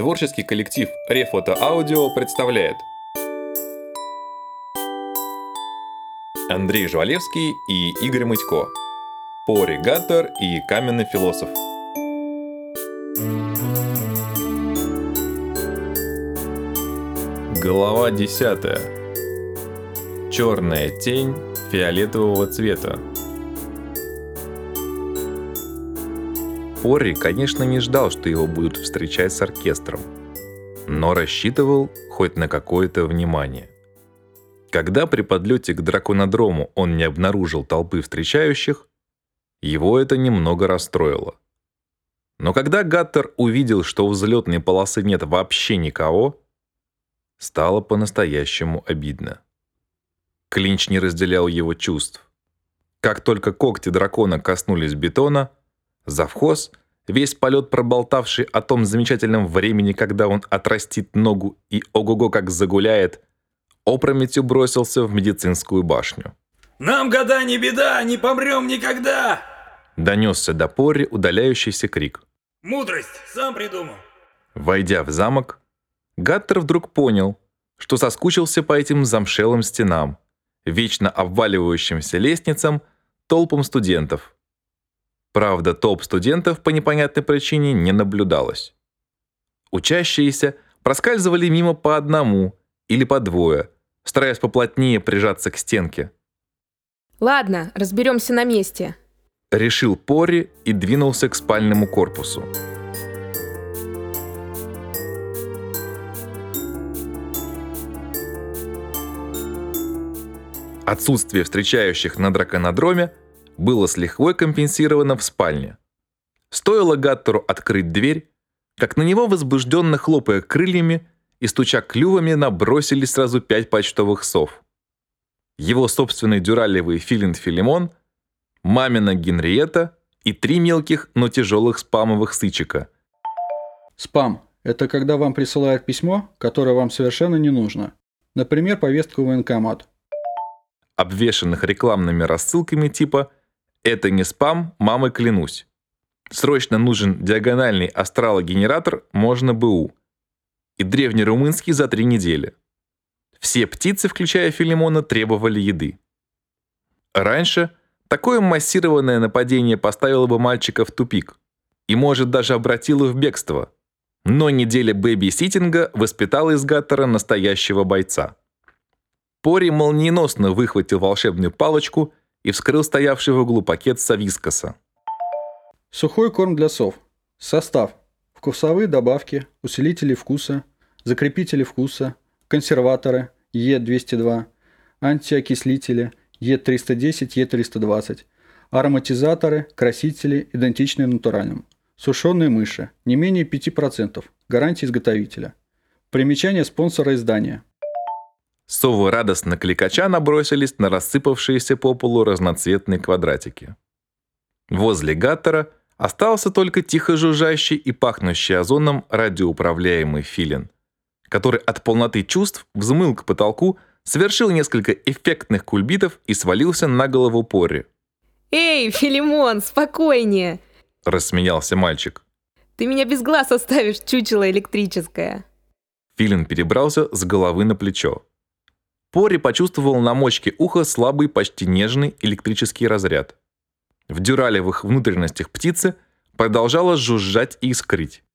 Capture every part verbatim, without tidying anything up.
Творческий коллектив Рефото Аудио представляет Андрей Жвалевский и Игорь Мытько. Пори Гаттер и Каменный философ. Глава десятая. Черная тень фиолетового цвета. Пори, конечно, не ждал, что его будут встречать с оркестром, но рассчитывал хоть на какое-то внимание. Когда при подлете к драконодрому он не обнаружил толпы встречающих, его это немного расстроило. Но когда Гаттер увидел, что у взлетной полосы нет вообще никого, стало по-настоящему обидно. Клинч не разделял его чувств. Как только когти дракона коснулись бетона, завхоз, весь полет проболтавший о том замечательном времени, когда он отрастит ногу и ого-го как загуляет, опрометью бросился в медицинскую башню. «Нам года не беда, не помрем никогда!» Донесся до Пори удаляющийся крик. «Мудрость, сам придумал!» Войдя в замок, Гаттер вдруг понял, что соскучился по этим замшелым стенам, вечно обваливающимся лестницам, толпам студентов. Правда, толп студентов по непонятной причине не наблюдалось. Учащиеся проскальзывали мимо по одному или по двое, стараясь поплотнее прижаться к стенке. «Ладно, разберемся на месте», — решил Пори и двинулся к спальному корпусу. Отсутствие встречающих на драконодроме было с лихвой компенсировано в спальне. Стоило Гаттеру открыть дверь, как на него, возбужденно хлопая крыльями и стуча клювами, набросились сразу пять почтовых сов. Его собственный дюралевый филин-филимон, мамина Генриетта и три мелких, но тяжелых спамовых сычика. Спам – это когда вам присылают письмо, которое вам совершенно не нужно. Например, повестку в военкомат. Обвешанных рекламными рассылками типа «Это не спам, мамой клянусь». Срочно нужен диагональный астралогенератор, можно БУ. И древнерумынский за три недели. Все птицы, включая Филимона, требовали еды. Раньше такое массированное нападение поставило бы мальчика в тупик и, может, даже обратило в бегство. Но неделя бэби-ситинга воспитала из Гаттера настоящего бойца. Пори молниеносно выхватил волшебную палочку и вскрыл стоявший в углу пакет совискоса. Сухой корм для сов. Состав. Вкусовые добавки, усилители вкуса, закрепители вкуса, консерваторы Е двести два, антиокислители Е триста десять, Е триста двадцать, ароматизаторы, красители, идентичные натуральным. Сушеные мыши, не менее пять процентов, гарантия изготовителя. Примечание спонсора издания. Совы радостно кликача набросились на рассыпавшиеся по полу разноцветные квадратики. Возле Гаттера остался только тихо жужжащий и пахнущий озоном радиоуправляемый филин, который от полноты чувств взмыл к потолку, совершил несколько эффектных кульбитов и свалился на голову Пори. «Эй, Филимон, спокойнее!» — рассмеялся мальчик. «Ты меня без глаз оставишь, чучело электрическое!» Филин перебрался с головы на плечо. Пори почувствовал на мочке уха слабый, почти нежный электрический разряд. В дюралевых внутренностях птицы продолжала жужжать и искрить.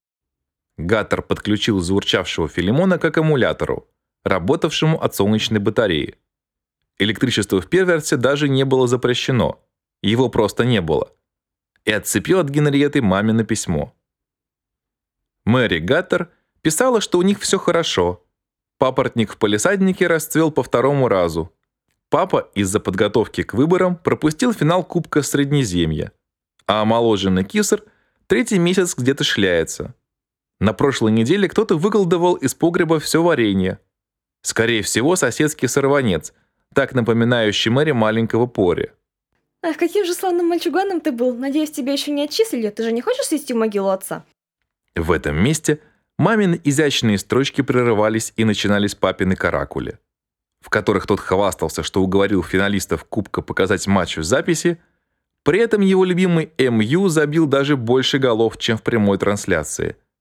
Гаттер подключил заурчавшего Филимона к аккумулятору, работавшему от солнечной батареи. Электричество в перверте даже не было запрещено, его просто не было. И отцепил от Генриетты мамино письмо. Мэри Гаттер писала, что у них все хорошо. Папоротник в палисаднике расцвел по второму разу. Папа из-за подготовки к выборам пропустил финал Кубка Среднеземья, а омоложенный кисер третий месяц где-то шляется. На прошлой неделе кто-то выколдовал из погреба все варенье. Скорее всего, соседский сорванец, так напоминающий Мэри маленького Пори. Ах, каким же славным мальчуганом ты был. Надеюсь, тебя еще не отчислили. Ты же не хочешь свести в могилу отца? В этом месте мамины изящные строчки прерывались и начинались папины каракули, в которых тот хвастался, что уговорил финалистов Кубка показать матч в записи, При этом его любимый эм ю забил даже больше голов, чем в прямой трансляции.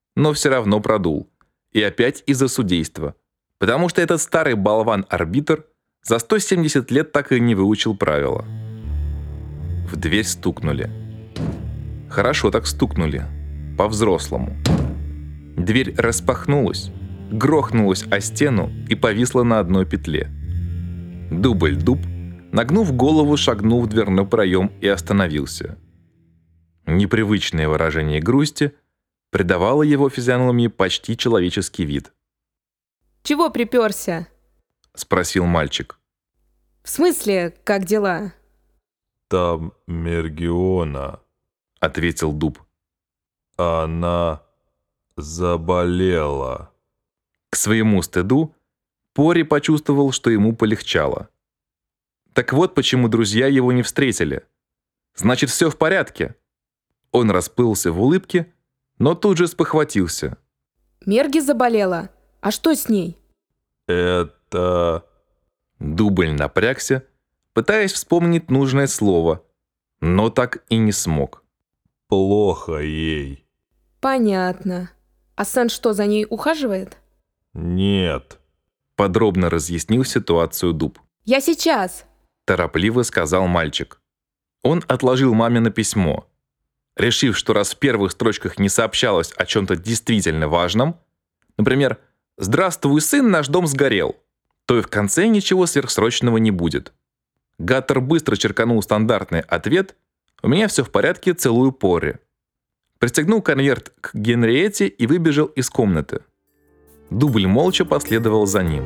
но все равно продул. И опять из-за судейства. Потому что этот старый болван-арбитр за сто семьдесят лет так и не выучил правила. В дверь стукнули. Хорошо так стукнули. По-взрослому. Дверь распахнулась, грохнулась о стену и повисла на одной петле. Дубль-дуб, нагнув голову, шагнул в дверной проем и остановился. Непривычное выражение грусти придавало его физиономии почти человеческий вид. Чего приперся? — спросил мальчик. В смысле, как дела? «Там Мергиона», — ответил дуб. «Она заболела». К своему стыду Пори почувствовал, что ему полегчало. Так вот почему друзья его не встретили. Значит, все в порядке. Он расплылся в улыбке, но тут же спохватился. Мерги заболела? А что с ней? «Это...» Дубль напрягся, пытаясь вспомнить нужное слово, но так и не смог. «Плохо ей». Понятно. А Сэн что, за ней ухаживает? «Нет». Подробно разъяснил ситуацию дуб. Я сейчас. Торопливо сказал мальчик. Он отложил мамино письмо. Решив, что раз в первых строчках не сообщалось о чем-то действительно важном, например, «Здравствуй, сын, наш дом сгорел», то и в конце ничего сверхсрочного не будет. Гаттер быстро черканул стандартный ответ «У меня все в порядке, целую Пори». Пристегнул конверт к Генриетте и выбежал из комнаты. Дубль молча последовал за ним.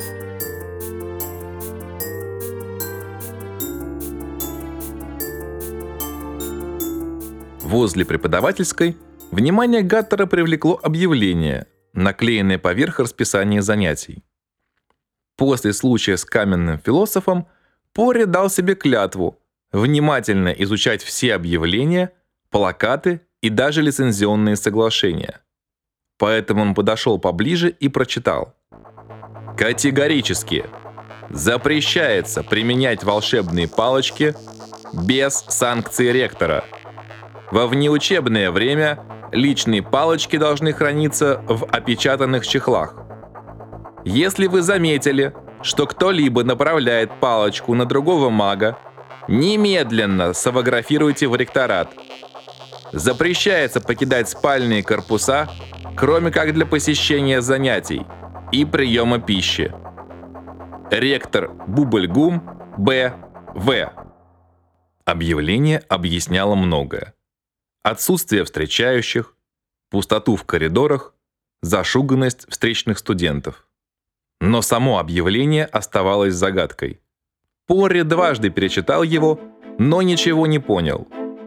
Возле преподавательской внимание Гаттера привлекло объявление, наклеенное поверх расписания занятий. После случая с каменным философом Пори дал себе клятву внимательно изучать все объявления, плакаты и даже лицензионные соглашения. Поэтому он подошел поближе и прочитал. Категорически запрещается применять волшебные палочки без санкции ректора. Во внеучебное время личные палочки должны храниться в опечатанных чехлах. Если вы заметили, что кто-либо направляет палочку на другого мага, немедленно сфотографируйте в ректорат. Запрещается покидать спальные корпуса, кроме как для посещения занятий и приема пищи. Ректор Бубльгум Б В. Объявление объясняло многое. Отсутствие встречающих, пустоту в коридорах, зашуганность встречных студентов. Но само объявление оставалось загадкой. Пори дважды перечитал его, но ничего не понял.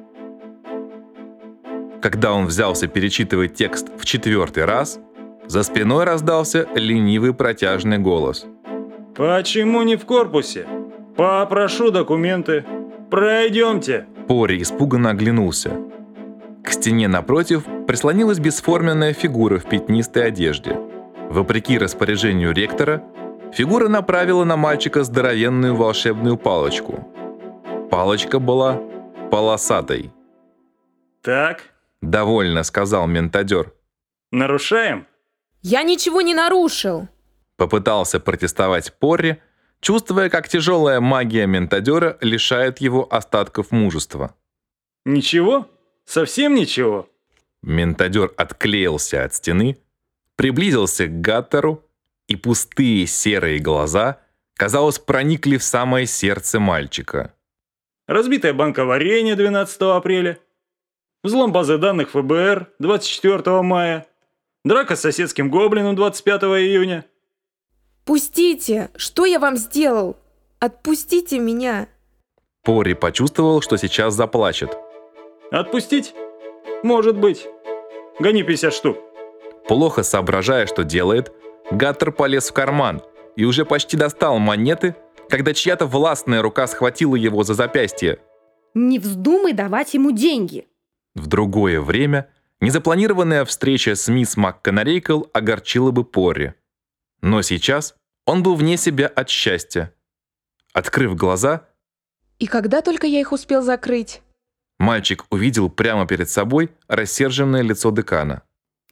Когда он взялся перечитывать текст в четвертый раз, за спиной раздался ленивый протяжный голос. Почему не в корпусе? Попрошу документы. Пройдемте. Пори испуганно оглянулся. К стене напротив прислонилась бесформенная фигура в пятнистой одежде. Вопреки распоряжению ректора, фигура направила на мальчика здоровенную волшебную палочку. Палочка была полосатой. Так, «Довольно», — сказал ментадер. нарушаем? Я ничего не нарушил. Попытался протестовать Пори, чувствуя, как тяжелая магия ментадера лишает его остатков мужества. Ничего? Совсем ничего? Ментадер отклеился от стены, приблизился к Гаттеру, и пустые серые глаза, казалось, проникли в самое сердце мальчика. Разбитая банка варенья двенадцатого апреля. Взлом базы данных эф бэ эр двадцать четвёртого мая. Драка с соседским гоблином двадцать пятого июня. Пустите! Что я вам сделал? Отпустите меня! Пори почувствовал, что сейчас заплачет. Отпустить? Может быть. Гони пятьдесят штук. Плохо соображая, что делает, Гаттер полез в карман и уже почти достал монеты, когда чья-то властная рука схватила его за запястье. Не вздумай давать ему деньги. В другое время незапланированная встреча с мисс МакКонарейкл огорчила бы Пори. Но сейчас он был вне себя от счастья. Открыв глаза, И когда только я их успел закрыть? мальчик увидел прямо перед собой рассерженное лицо декана.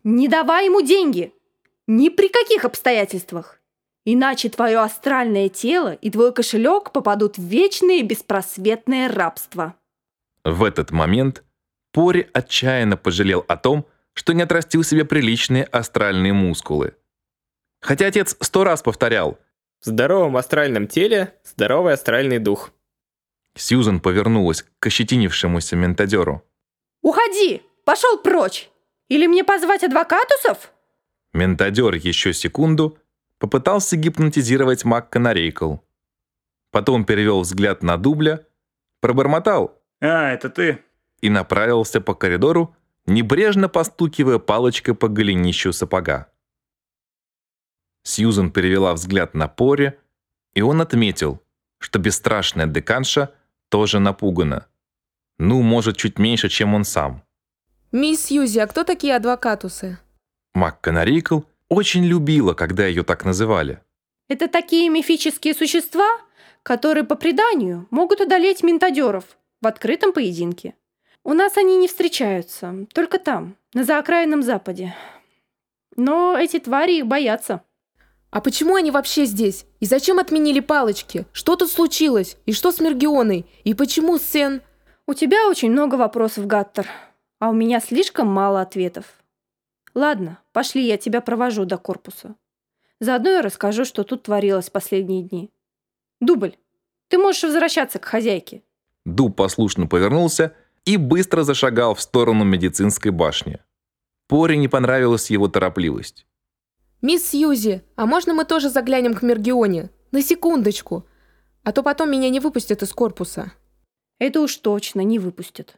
Не давай ему деньги! Ни при каких обстоятельствах! Иначе твое астральное тело и твой кошелек попадут в вечное и беспросветное рабство. В этот момент Пори отчаянно пожалел о том, что не отрастил себе приличные астральные мускулы. Хотя отец сто раз повторял: В здоровом астральном теле здоровый астральный дух. Сьюзен повернулась к ощетинившемуся ментадеру. Уходи! Пошел прочь! Или мне позвать адвокатусов? Ментадер еще секунду попытался гипнотизировать МакКонарейкл. Потом перевел взгляд на Дубля, пробормотал А, это ты? и направился по коридору, небрежно постукивая палочкой по голенищу сапога. Сьюзен перевела взгляд на Пори, и он отметил, что бесстрашная деканша тоже напугана. Ну, может, чуть меньше, чем он сам. Мисс Сьюзи, а кто такие адвокатусы? МакКонарейкл очень любила, когда ее так называли. Это такие мифические существа, которые по преданию могут одолеть ментадеров в открытом поединке. У нас они не встречаются, только там, на заокраинном западе. Но эти твари их боятся. А почему они вообще здесь? И зачем отменили палочки? Что тут случилось? И что с Мергионой? И почему Сен... У тебя очень много вопросов, Гаттер, а у меня слишком мало ответов. Ладно, пошли, я тебя провожу до корпуса. Заодно я расскажу, что тут творилось последние дни. Дубль, ты можешь возвращаться к хозяйке. Дуб послушно повернулся и быстро зашагал в сторону медицинской башни. Пори не понравилась его торопливость. Мисс Сьюзи, а можно мы тоже заглянем к Мергионе? На секундочку. А то потом меня не выпустят из корпуса. Это уж точно не выпустят.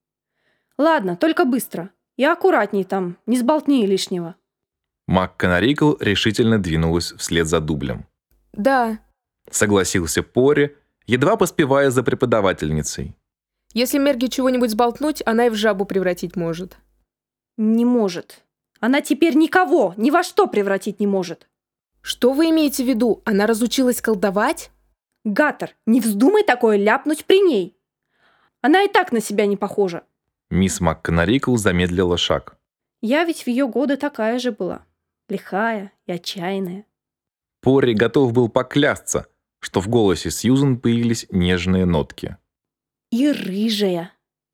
Ладно, только быстро. И аккуратней там, не сболтни лишнего. МакКонарейкл решительно двинулась вслед за Дублем. Да. Согласился Пори, едва поспевая за преподавательницей. Если Мерги чего-нибудь сболтнуть, она и в жабу превратить может. Не может. Она теперь никого ни во что превратить не может. Что вы имеете в виду? Она разучилась колдовать? Гаттер, не вздумай такое ляпнуть при ней. Она и так на себя не похожа. Мисс МакКонарейкл замедлила шаг. Я ведь в ее годы такая же была. Лихая и отчаянная. Пори готов был поклясться, что в голосе Сьюзен появились нежные нотки. И рыжая.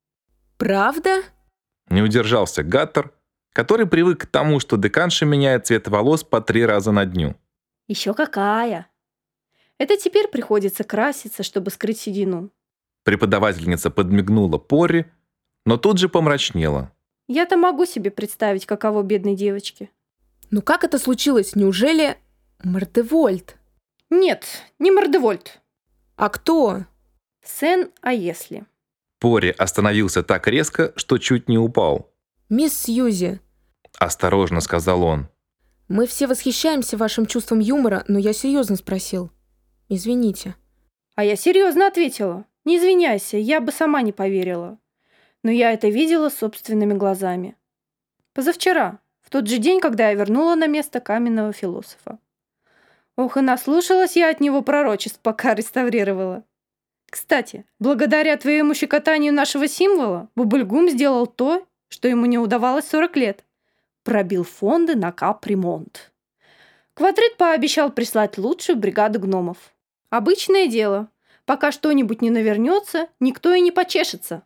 Правда? Не удержался Гаттер, который привык к тому, что деканша меняет цвет волос по три раза на дню. Еще какая. Это теперь приходится краситься, чтобы скрыть седину. Преподавательница подмигнула Пори, но тут же помрачнела. Я-то могу себе представить, каково бедной девочке. Ну как это случилось? Неужели Мордевольт? Нет, не Мордевольт. А кто? Сен, а если? Пори остановился так резко, что чуть не упал. Мисс Сьюзи, Осторожно сказал он. мы все восхищаемся вашим чувством юмора, но я серьезно спросил. Извините. А я серьезно ответила. Не извиняйся, я бы сама не поверила. Но я это видела собственными глазами. Позавчера, в тот же день, когда я вернула на место каменного философа. Ох, и наслушалась я от него пророчеств, пока реставрировала. Кстати, благодаря твоему щекотанию нашего символа, Бубльгум сделал то, что ему не удавалось сорок лет. Пробил фонды на капремонт. Квадрит пообещал прислать лучшую бригаду гномов. Обычное дело. Пока что-нибудь не навернется, никто и не почешется.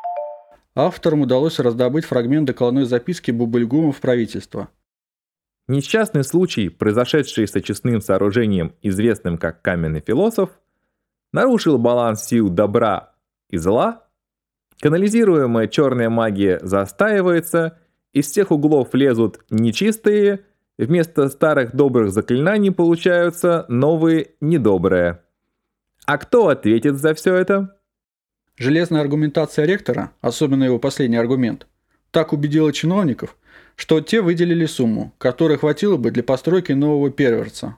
Авторам удалось раздобыть фрагмент докладной записки Бубльгума в правительство. Несчастный случай, произошедший с очистным сооружением, известным как каменный философ, нарушил баланс сил добра и зла, канализируемая черная магия застаивается, из всех углов лезут нечистые, вместо старых добрых заклинаний получаются новые недобрые. А кто ответит за все это? Железная аргументация ректора, особенно его последний аргумент, так убедила чиновников, что те выделили сумму, которой хватило бы для постройки нового перверца.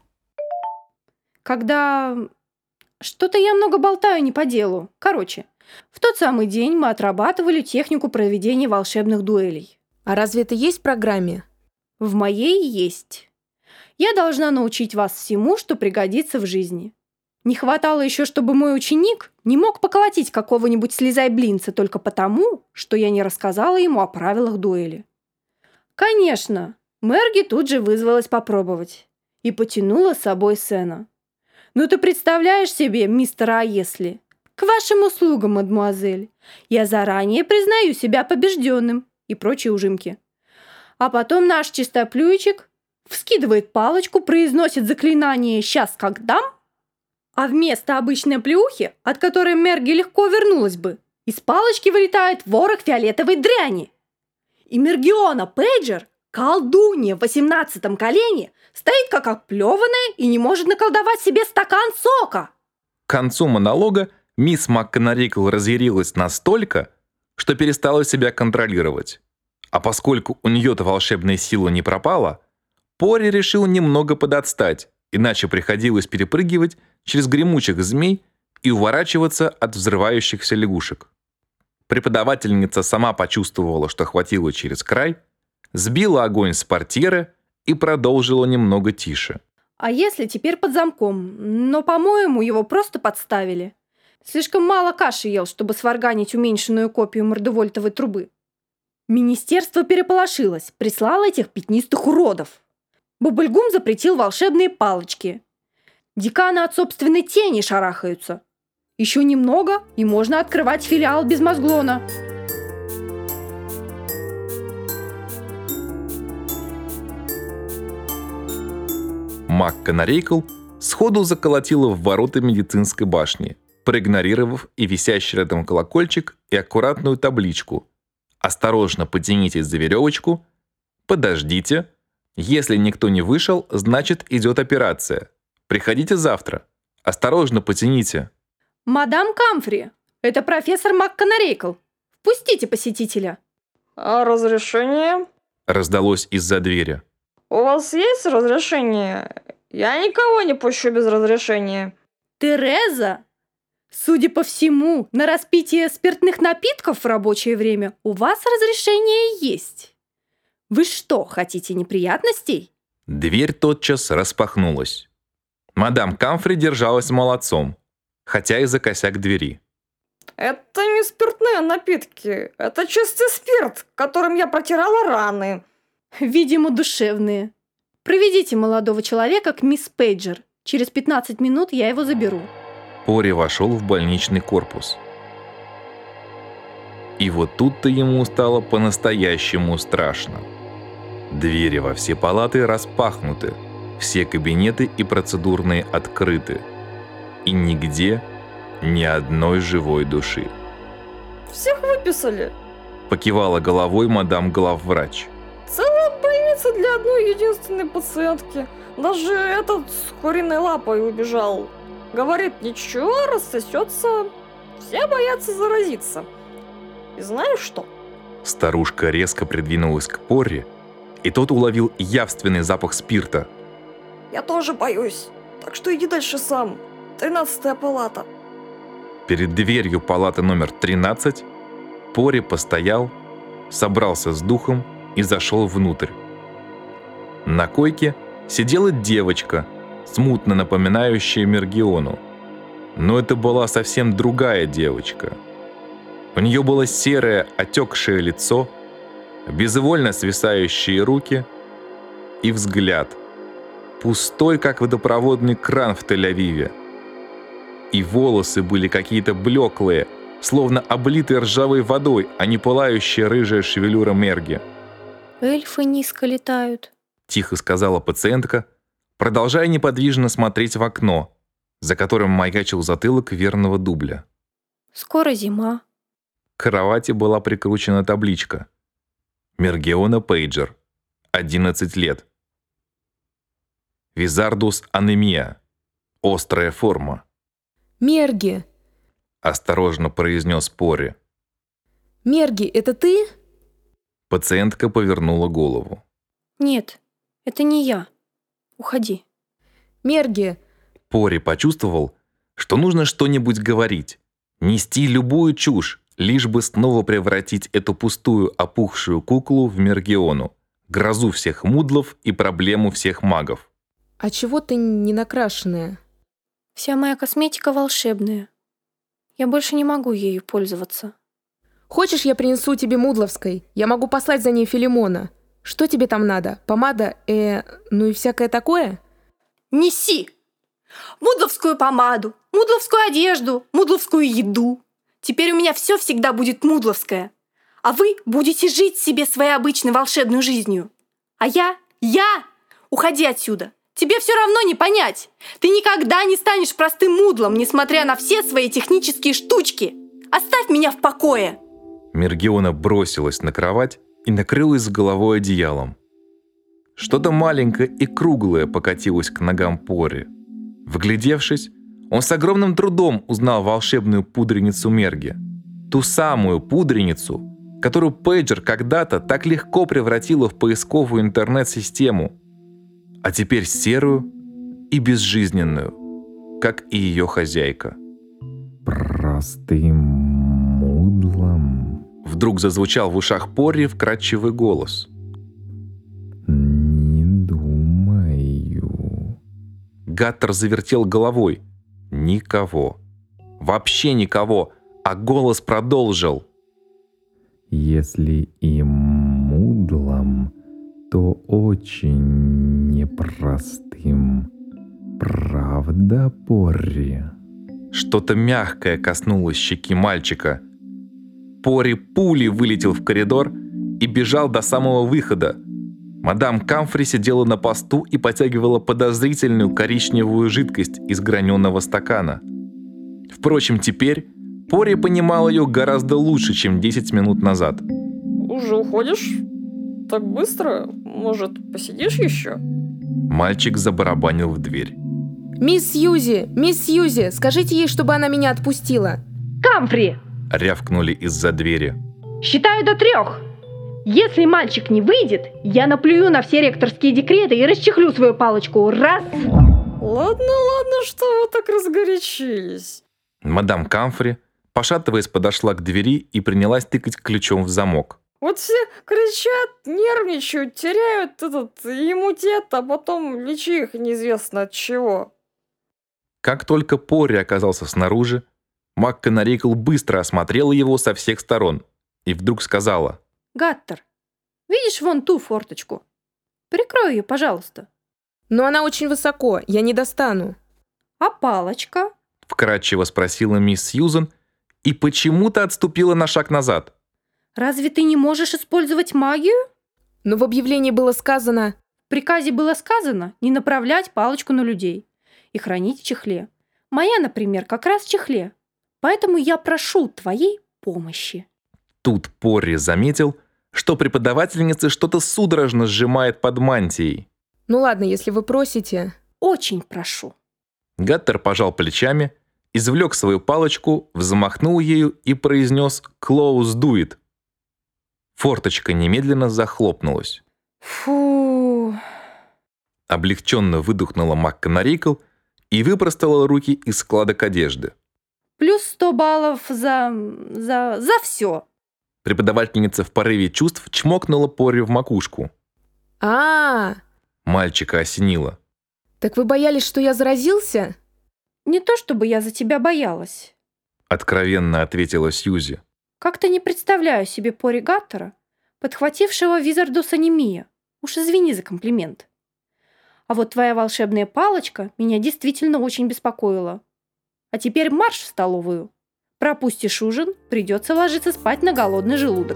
Когда... Что-то я много болтаю не по делу. Короче, в тот самый день мы отрабатывали технику проведения волшебных дуэлей. А разве это есть в программе? В моей есть. Я должна научить вас всему, что пригодится в жизни. Не хватало еще, чтобы мой ученик не мог поколотить какого-нибудь слезай-блинца только потому, что я не рассказала ему о правилах дуэли. Конечно, Мэрги тут же вызвалась попробовать и потянула с собой Сэна. Ну ты представляешь себе, мистер А если? К вашим услугам, мадемуазель. Я заранее признаю себя побежденным и прочие ужимки. А потом наш чистоплюйчик вскидывает палочку, произносит заклинание «Сейчас как дам», а вместо обычной плюхи, от которой Мэрги легко вернулась бы, из палочки вылетает ворох фиолетовой дряни. И Мергиона Пейджер, колдунья в восемнадцатом колене, стоит как оплеванная и не может наколдовать себе стакан сока. К концу монолога мисс МакКонарикл разъярилась настолько, что перестала себя контролировать. А поскольку у нее-то волшебная сила не пропала, Пори решил немного подотстать, иначе приходилось перепрыгивать через гремучих змей и уворачиваться от взрывающихся лягушек. Преподавательница сама почувствовала, что хватило через край, сбила огонь с портьеры и продолжила немного тише. А если теперь под замком? Но, по-моему, его просто подставили. Слишком мало каши ел, чтобы сварганить уменьшенную копию мордовольтовой трубы. Министерство переполошилось, прислало этих пятнистых уродов. Бубльгум запретил волшебные палочки. Деканы от собственной тени шарахаются. Еще немного, и можно открывать филиал без мозглона. МакКонарикл сходу заколотила в ворота медицинской башни, проигнорировав и висящий рядом колокольчик, и аккуратную табличку «Осторожно потянитесь за веревочку», «Подождите», «Если никто не вышел, значит идет операция», «Приходите завтра», «Осторожно потяните». Мадам Камфри, это профессор МакКонарикл. Впустите посетителя. А разрешение? Раздалось из-за двери. У вас есть разрешение? Я никого не пущу без разрешения. Тереза, судя по всему, на распитие спиртных напитков в рабочее время у вас разрешение есть. Вы что, хотите неприятностей? Дверь тотчас распахнулась. Мадам Камфри держалась молодцом, хотя и за косяк двери. Это не спиртные напитки. Это чистый спирт, которым я протирала раны. Видимо, душевные. Проведите молодого человека к мисс Пейджер. Через пятнадцать минут я его заберу. Пори вошел в больничный корпус. И вот тут-то ему стало по-настоящему страшно. Двери во все палаты распахнуты, все кабинеты и процедурные открыты. И нигде ни одной живой души. Всех выписали. Покивала головой мадам главврач. Целая больница для одной единственной пациентки. Даже этот с куриной лапой убежал. Говорит, ничего, рассосется. Все боятся заразиться. И знаешь что? Старушка резко придвинулась к Пори, и тот уловил явственный запах спирта. Я тоже боюсь. Так что иди дальше сам. Тринадцатая палата. Перед дверью палаты номер тринадцать Пори постоял, собрался с духом и зашел внутрь. На койке сидела девочка, смутно напоминающая Мергиону. Но это была совсем другая девочка. У нее было серое, отекшее лицо, безвольно свисающие руки и взгляд, пустой, как водопроводный кран в Тель-Авиве. И волосы были какие-то блеклые, словно облитые ржавой водой, а не пылающая рыжая шевелюра Мерги. Эльфы низко летают, Тихо сказала пациентка, продолжая неподвижно смотреть в окно, за которым маячил затылок верного дубля. Скоро зима. К кровати была прикручена табличка. Мергиона Пейджер, одиннадцать лет. Визардус анемия, острая форма. Мерги! Осторожно произнес Пори. Мерги, это ты? Пациентка повернула голову. Нет, это не я. Уходи. Мерги! Пори почувствовал, что нужно что-нибудь говорить, нести любую чушь, лишь бы снова превратить эту пустую опухшую куклу в Мергиону, грозу всех мудлов и проблему всех магов. А чего ты не накрашенная? Вся моя косметика волшебная. Я больше не могу ею пользоваться. Хочешь, я принесу тебе мудловской? Я могу послать за ней Филимона. Что тебе там надо? Помада, э, ну и всякое такое? Неси! Мудловскую помаду, мудловскую одежду, мудловскую еду. Теперь у меня все всегда будет мудловское. А вы будете жить себе своей обычной волшебной жизнью. А я, я, уходи отсюда. Тебе все равно не понять. Ты никогда не станешь простым мудлом, несмотря на все свои технические штучки. Оставь меня в покое. Мергиона бросилась на кровать и накрылась с головой одеялом. Что-то маленькое и круглое покатилось к ногам Пори. Вглядевшись, он с огромным трудом узнал волшебную пудреницу Мерги. Ту самую пудреницу, которую Пейджер когда-то так легко превратила в поисковую интернет-систему, а теперь серую и безжизненную, как и ее хозяйка. Простым мудлом. Вдруг зазвучал в ушах Пори вкрадчивый голос. Не думаю. Гаттер завертел головой. Никого. Вообще никого. А голос продолжил. Если и мудлом, то очень непростым. Правда, Пори? Что-то мягкое коснулось щеки мальчика. Пори пулей вылетел в коридор и бежал до самого выхода. Мадам Камфри сидела на посту и потягивала подозрительную коричневую жидкость из граненого стакана. Впрочем, теперь Пори понимал ее гораздо лучше, чем десять минут назад. Уже уходишь? Так быстро? Может, посидишь еще? Мальчик забарабанил в дверь. Мисс Сьюзи, мисс Сьюзи, скажите ей, чтобы она меня отпустила. Камфри! Рявкнули из-за двери. Считаю до трех. Если мальчик не выйдет, я наплюю на все ректорские декреты и расчехлю свою палочку. Раз. Ладно, ладно, что вы так разгорячились. Мадам Камфри, пошатываясь, подошла к двери и принялась тыкать ключом в замок. Вот все кричат, нервничают, теряют этот иммунитет, а потом лечи их неизвестно от чего. Как только Пори оказался снаружи, МакКонарикл быстро осмотрела его со всех сторон и вдруг сказала. Гаттер, видишь вон ту форточку? Прикрой ее, пожалуйста. Но она очень высоко, я не достану. А палочка? Вкратчиво спросила мисс Сьюзен и почему-то отступила на шаг назад. Разве ты не можешь использовать магию? Но в объявлении было сказано... В приказе было сказано не направлять палочку на людей и хранить в чехле. Моя, например, как раз в чехле. Поэтому я прошу твоей помощи. Тут Пори заметил, что преподавательница что-то судорожно сжимает под мантией. Ну ладно, если вы просите. Очень прошу. Гаттер пожал плечами, извлек свою палочку, взмахнул ею и произнес «Close do it». Форточка немедленно захлопнулась. Фу. Облегченно выдохнула МакКонарикл и выпростала руки из складок одежды. Плюс сто баллов за... за... за все. Преподавательница в порыве чувств чмокнула Пори в макушку. А, -а, -а. Мальчика осенило. Так вы боялись, что я заразился? Не то чтобы я за тебя боялась. Откровенно ответила Сьюзи. Как-то не представляю себе Пори Гаттера, подхватившего визардус анемия. Уж извини за комплимент. А вот твоя волшебная палочка меня действительно очень беспокоила. А теперь марш в столовую. Пропустишь ужин, придется ложиться спать на голодный желудок.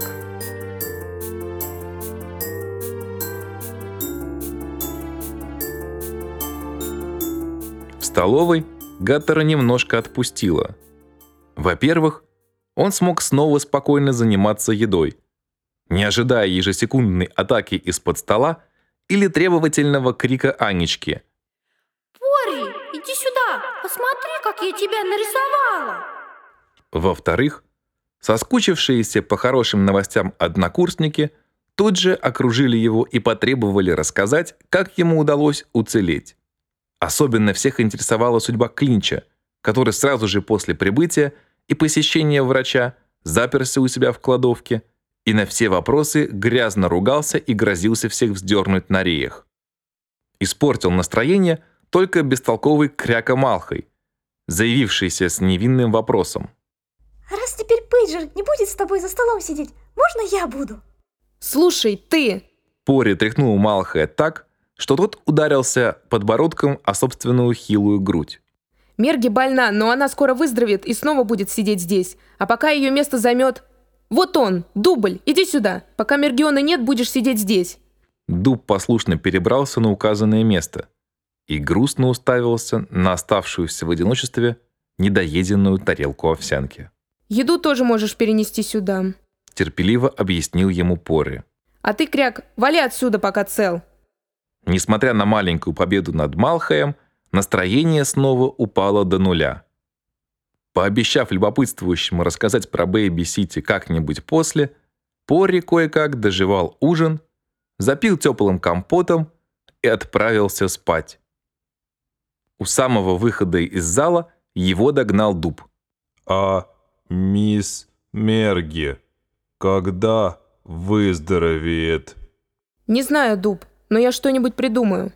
В столовой Гаттера немножко отпустила. Во-первых, он смог снова спокойно заниматься едой, не ожидая ежесекундной атаки из-под стола или требовательного крика Анечки. Пори, иди сюда, посмотри, как я тебя нарисовала. Во-вторых, соскучившиеся по хорошим новостям однокурсники тут же окружили его и потребовали рассказать, как ему удалось уцелеть. Особенно всех интересовала судьба Клинча, который сразу же после прибытия и посещения врача заперся у себя в кладовке и на все вопросы грязно ругался и грозился всех вздернуть на реях. Испортил настроение только бестолковый Кряка Малхой, заявившийся с невинным вопросом. А раз теперь Пейджер не будет с тобой за столом сидеть, можно я буду? Слушай, ты! Пори тряхнул Малахая так, что тот ударился подбородком о собственную хилую грудь. Мерги больна, но она скоро выздоровеет и снова будет сидеть здесь. А пока ее место займет... Вот он, Дубль, иди сюда. Пока Мергионы нет, будешь сидеть здесь. Дуб послушно перебрался на указанное место и грустно уставился на оставшуюся в одиночестве недоеденную тарелку овсянки. Еду тоже можешь перенести сюда. Терпеливо объяснил ему Пори. А ты, Кряк, вали отсюда, пока цел. Несмотря на маленькую победу над Малахаем, настроение снова упало до нуля. Пообещав любопытствующему рассказать про Бэйби-Сити как-нибудь после, Пори кое-как доживал ужин, запил теплым компотом и отправился спать. У самого выхода из зала его догнал Дуб. А мисс Мерги когда выздоровеет? Не знаю, Дуб, но я что-нибудь придумаю.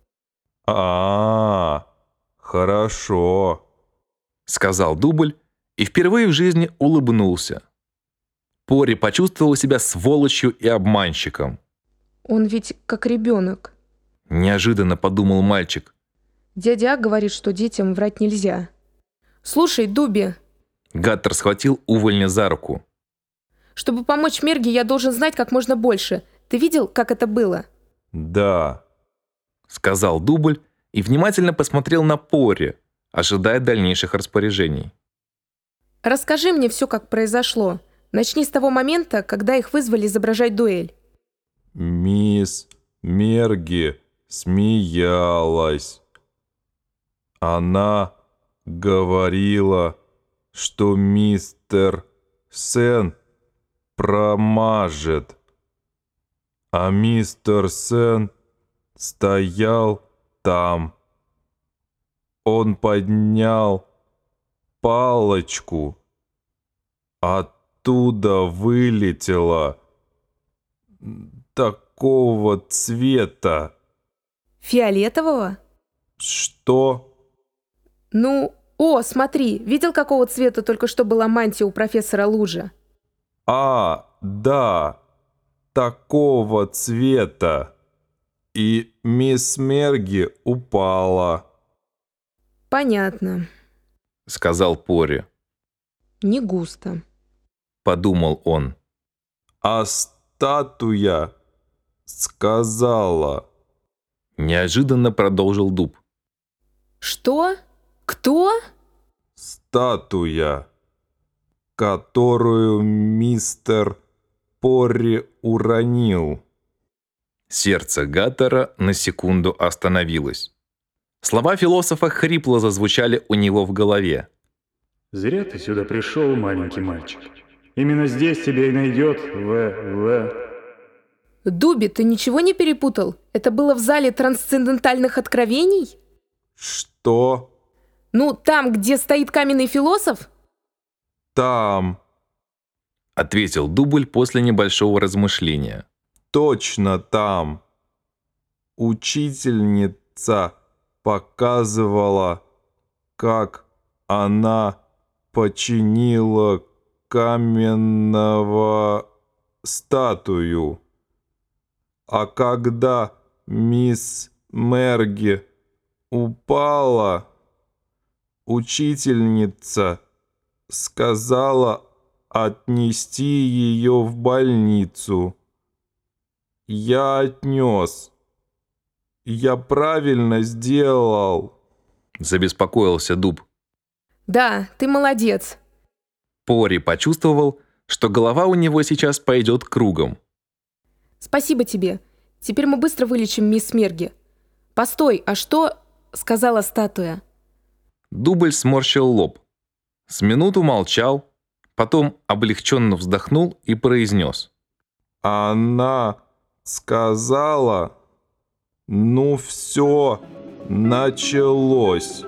А, хорошо, сказал Дубль и впервые в жизни улыбнулся. Пори почувствовал себя сволочью и обманщиком. Он ведь как ребенок. Неожиданно подумал мальчик. Дядя Ак говорит, что детям врать нельзя. Слушай, Дуби. Гаттер схватил увольня за руку. Чтобы помочь Мерге, я должен знать как можно больше. Ты видел, как это было? Да, сказал Дубль и внимательно посмотрел на Пори, ожидая дальнейших распоряжений. Расскажи мне все, как произошло. Начни с того момента, когда их вызвали изображать дуэль. Мисс Мерги смеялась. Она говорила, что мистер Сен промажет, а мистер Сен стоял там. Он поднял палочку. Оттуда вылетела такого цвета. Фиолетового? Что? Ну, о, смотри, видел, какого цвета только что была мантия у профессора Лужа? А, да, такого цвета. И мисс Мерги упала. Понятно, сказал Пори. Не густо, подумал он. А статуя сказала. Неожиданно продолжил Дуб. Что? Кто? Статуя, которую мистер Пори уронил. Сердце Гаттера на секунду остановилось. Слова философа хрипло зазвучали у него в голове. Зря ты сюда пришел, маленький мальчик. Именно здесь тебя и найдет В. В. Дуби, ты ничего не перепутал? Это было в зале трансцендентальных откровений? Что? Ну, там, где стоит каменный философ? Там. Ответил Дубль после небольшого размышления. Точно там. Учительница показывала, как она починила каменного статую. А когда мисс Мерги упала, учительница сказала отнести ее в больницу. Я отнес. Я правильно сделал. Забеспокоился Дуб. Да, ты молодец. Пори почувствовал, что голова у него сейчас пойдет кругом. Спасибо тебе. Теперь мы быстро вылечим мисс Мерги. Постой, а что? Сказала статуя. Дубль сморщил лоб. С минуту молчал, потом облегченно вздохнул и произнес. Она сказала, ну все, началось.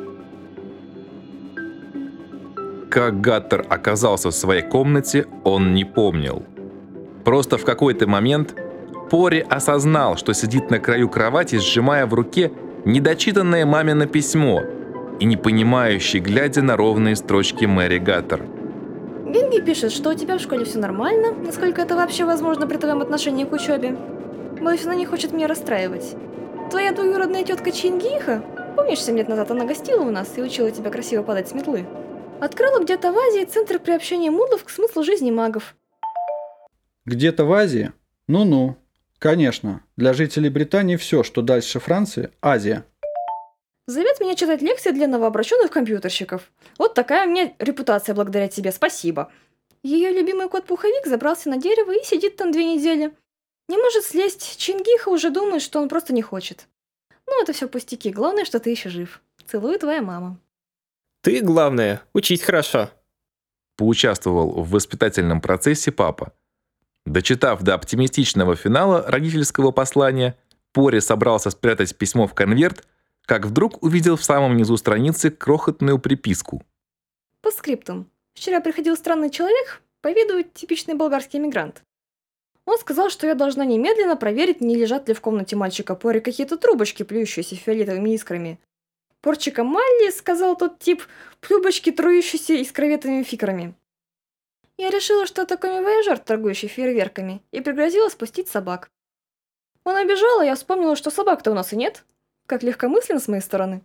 Как Гаттер оказался в своей комнате, он не помнил. Просто в какой-то момент Пори осознал, что сидит на краю кровати, сжимая в руке недочитанное мамино письмо и непонимающе глядя на ровные строчки Мэри Гаттер. Бинги пишет, что у тебя в школе все нормально, насколько это вообще возможно при твоем отношении к учебе. Боюсь, она не хочет меня расстраивать. Твоя двоюродная тетка Чингиха, помнишь, семь лет назад она гостила у нас и учила тебя красиво падать с метлы? Открыла где-то в Азии центр приобщения мудлов к смыслу жизни магов. Где-то в Азии? Ну-ну. Конечно, для жителей Британии все, что дальше Франции – Азия. Зовет меня читать лекции для новообращенных компьютерщиков. Вот такая у меня репутация благодаря тебе, спасибо. Ее любимый кот-пуховик забрался на дерево и сидит там две недели. Не может слезть, Чингиха уже думает, что он просто не хочет. Ну, это все пустяки, главное, что ты еще жив. Целую, твоя мама. Ты, главное, учись хорошо. Поучаствовал в воспитательном процессе папа. Дочитав до оптимистичного финала родительского послания, Пори собрался спрятать письмо в конверт, как вдруг увидел в самом низу страницы крохотную приписку. По скриптум. Вчера приходил странный человек, по виду типичный болгарский эмигрант. Он сказал, что я должна немедленно проверить, не лежат ли в комнате мальчика Пори какие-то трубочки, плюющиеся фиолетовыми искрами. Порчика Малли, сказал тот тип, трубочки, трующиеся искроветными фикрами. Я решила, что это комивояжер, торгующий фейерверками, и пригрозила спустить собак. Он обижал, а я вспомнила, что собак-то у нас и нет. Как легкомысленно с моей стороны.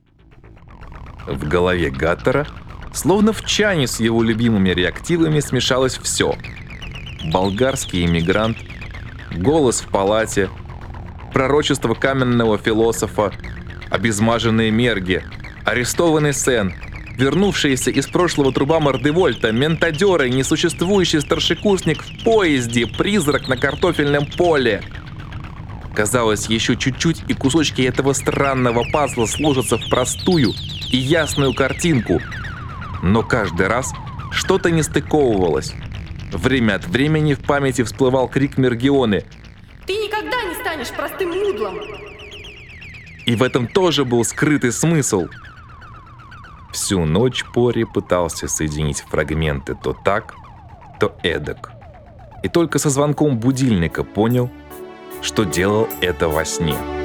В голове Гаттера, словно в чане с его любимыми реактивами, смешалось все. Болгарский эмигрант, голос в палате, пророчество каменного философа, обезмаженные мерги, арестованный Сен, вернувшиеся из прошлого труба Мордевольта, ментадеры, несуществующий старшекурсник в поезде, призрак на картофельном поле. Казалось, еще чуть-чуть, и кусочки этого странного пазла сложатся в простую и ясную картинку. Но каждый раз что-то не стыковывалось. Время от времени в памяти всплывал крик Мергионы: «Ты никогда не станешь простым мудлом!» И в этом тоже был скрытый смысл. Всю ночь Пори пытался соединить фрагменты то так, то эдак. И только со звонком будильника понял, что делал это во сне.